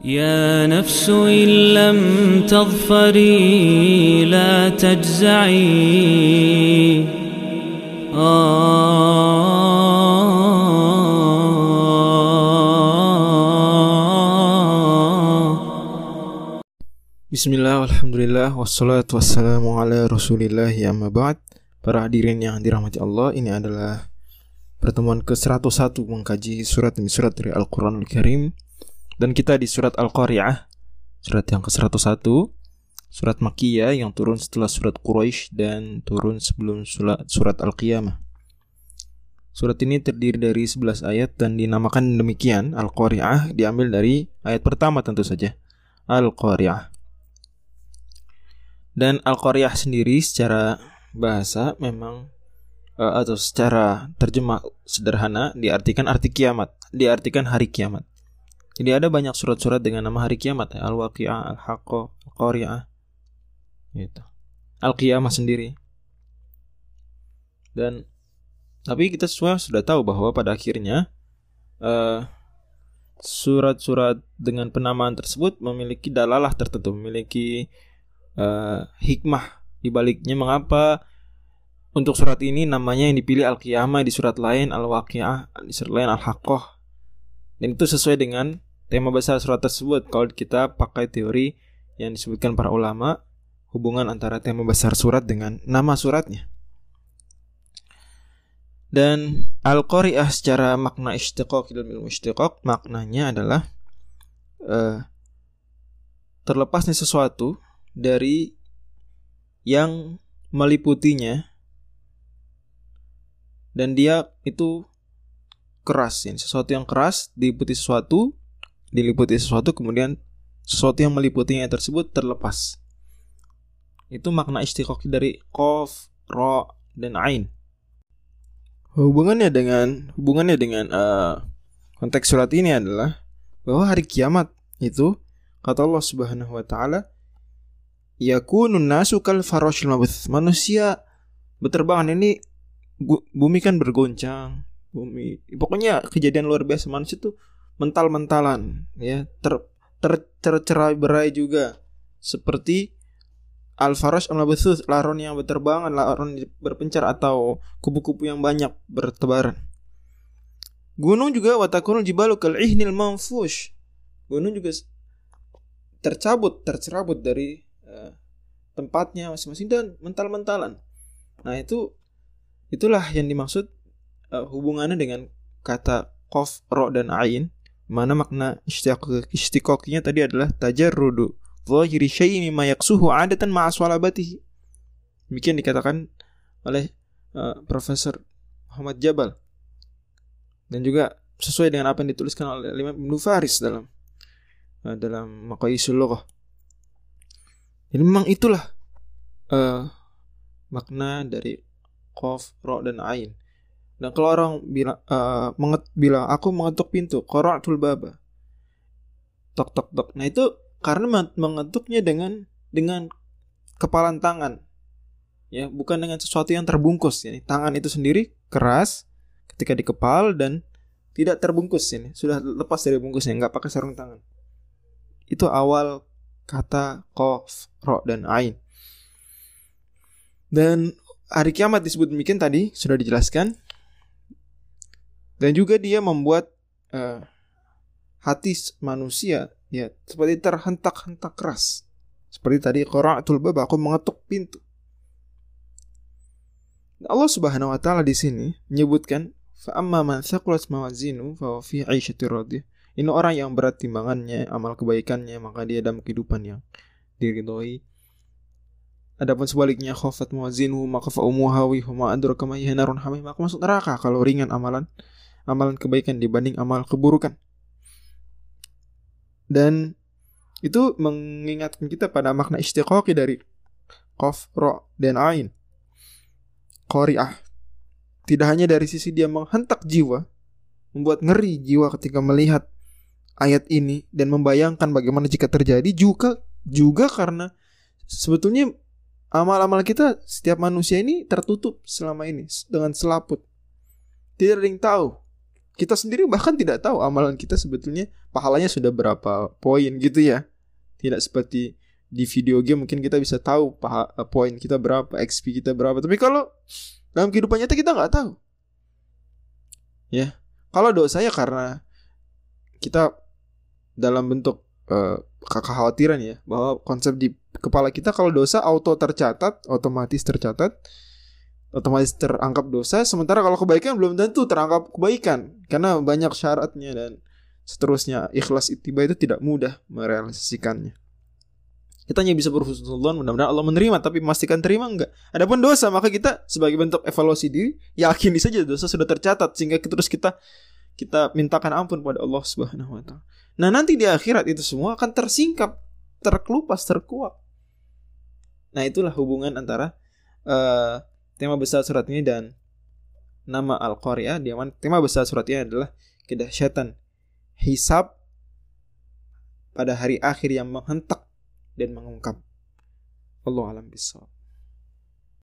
يا نفس إن لم تظفري لا تجزعي. Bismillah, alhamdulillah, wassalatu wassalamu ala rasulillahi amma ba'd. Para hadirin yang dirahmati Allah, ini adalah pertemuan ke-101 mengkaji surat demi surat dari Al-Quranul Karim. Dan kita di surat Al-Qari'ah, surat yang ke-101, surat Makkiyah yang turun setelah surat Quraisy dan turun sebelum surat Al-Qiyamah. Surat ini terdiri dari 11 ayat dan dinamakan demikian Al-Qari'ah, diambil dari ayat pertama tentu saja, Al-Qari'ah. Dan Al-Qari'ah sendiri secara bahasa memang atau secara terjemah sederhana diartikan arti kiamat, diartikan hari kiamat. Jadi ada banyak surat-surat dengan nama hari kiamat, Al-Waqi'ah, Al-Haqqah, Al-Qari'ah, gitu. Al-Qiyamah sendiri. Dan tapi kita semua sudah tahu bahwa pada akhirnya surat-surat dengan penamaan tersebut memiliki dalalah tertentu, memiliki hikmah di baliknya mengapa untuk surat ini namanya yang dipilih Al-Qiyamah, di surat lain Al-Waqi'ah, di surat lain Al-Haqqah. Dan itu sesuai dengan tema besar surat tersebut. Kalau kita pakai teori yang disebutkan para ulama, hubungan antara tema besar surat dengan nama suratnya. Dan Al-Qari'ah secara makna istiqaq, ilmu istiqaq, maknanya adalah terlepasnya sesuatu dari yang meliputinya, dan dia itu keras, ini sesuatu yang keras diliputi sesuatu, kemudian sesuatu yang meliputinya tersebut terlepas. Itu makna istiqaq dari qaf, ra, dan ain. Hubungannya dengan konteks surat ini adalah bahwa hari kiamat itu, kata Allah Subhanahu wa taala, yakunun nasu kal farashil mabuth. Manusia berterbangan, ini bumi kan bergoncang, pokoknya kejadian luar biasa. Manusia tuh mental-mentalan, ya, tercerai-berai juga, seperti al-farash al-mabuth, laron yang berterbangan, laron berpencar, atau kupu-kupu yang banyak bertebaran. Gunung juga watakunul jibalu kal ihnil manfush. Gunung juga tercerabut dari tempatnya masing-masing dan mental-mentalan. Nah, itulah yang dimaksud hubungannya dengan kata qaf, ra, dan ain, mana makna istiqaqnya tadi adalah tajarrudu zahiri syai'in mimma yaqsuhu 'adatan ma'a swalabatihi. Demikian dikatakan oleh Profesor Muhammad Jabal, dan juga sesuai dengan apa yang dituliskan oleh Imam Ibnu Faris dalam Maqayisul Lughah. Jadi memang itulah makna dari qaf, ra, dan ain. Dan kalau orang bilang aku mengetuk pintu, qara'tul baba, tok tok tok. Nah, itu karena mengetuknya dengan kepalan tangan, ya, bukan dengan sesuatu yang terbungkus. Ya. Tangan itu sendiri keras ketika dikepal dan tidak terbungkus, ini sudah lepas dari bungkusnya, nggak pakai sarung tangan. Itu awal kata qaf, ra, dan ain. Dan hari kiamat disebut demikian tadi sudah dijelaskan. Dan juga dia membuat hati manusia, ya, seperti terhentak-hentak keras. Seperti tadi qara'tul bab, aku mengetuk pintu. Allah Subhanahu wa taala di sini menyebutkan fa amma man thaqulat mawazinu fa huwa fi 'aisyatir radiyah. Ini orang yang berat timbangannya, amal kebaikannya, maka dia dalam kehidupan yang diridhoi. Adapun sebaliknya khafat mawazinu maka fa ummuhu hawiyah ma adraka ma hiya narun hamim, maka masuk neraka kalau ringan amalan kebaikan dibanding amal keburukan. Dan itu mengingatkan kita pada makna istiqaqi dari qaf, ra, dan ain. Qari'ah tidak hanya dari sisi dia menghentak jiwa, membuat ngeri jiwa ketika melihat ayat ini dan membayangkan bagaimana jika terjadi, juga karena sebetulnya amal-amal kita, setiap manusia ini tertutup selama ini dengan selaput. Tidak ada yang tahu Kita sendiri bahkan tidak tahu amalan kita sebetulnya pahalanya sudah berapa poin gitu ya. Tidak seperti di video game mungkin kita bisa tahu poin kita berapa, XP kita berapa. Tapi kalau dalam kehidupan nyata kita nggak tahu. Ya, kalau dosa ya karena kita dalam bentuk kekhawatiran ya, bahwa konsep di kepala kita kalau dosa otomatis tercatat, otomatis terangkap dosa. Sementara kalau kebaikan belum tentu terangkap kebaikan karena banyak syaratnya dan seterusnya. Ikhlas ittiba itu tidak mudah merealisasikannya. Kita hanya bisa berhusnudzon, mudah-mudahan Allah menerima, tapi memastikan terima enggak. Adapun dosa, maka kita sebagai bentuk evaluasi diri, yakini saja dosa sudah tercatat sehingga terus kita mintakan ampun pada Allah Subhanahu wa taala. Nah, nanti di akhirat itu semua akan tersingkap, terkelupas, terkuak. Nah, itulah hubungan antara tema besar surat ini dan nama Al-Qari'ah, di mana tema besar surat ini adalah kedahsyatan hisab pada hari akhir yang menghentak dan mengungkap. Wallahu a'lam bishawab.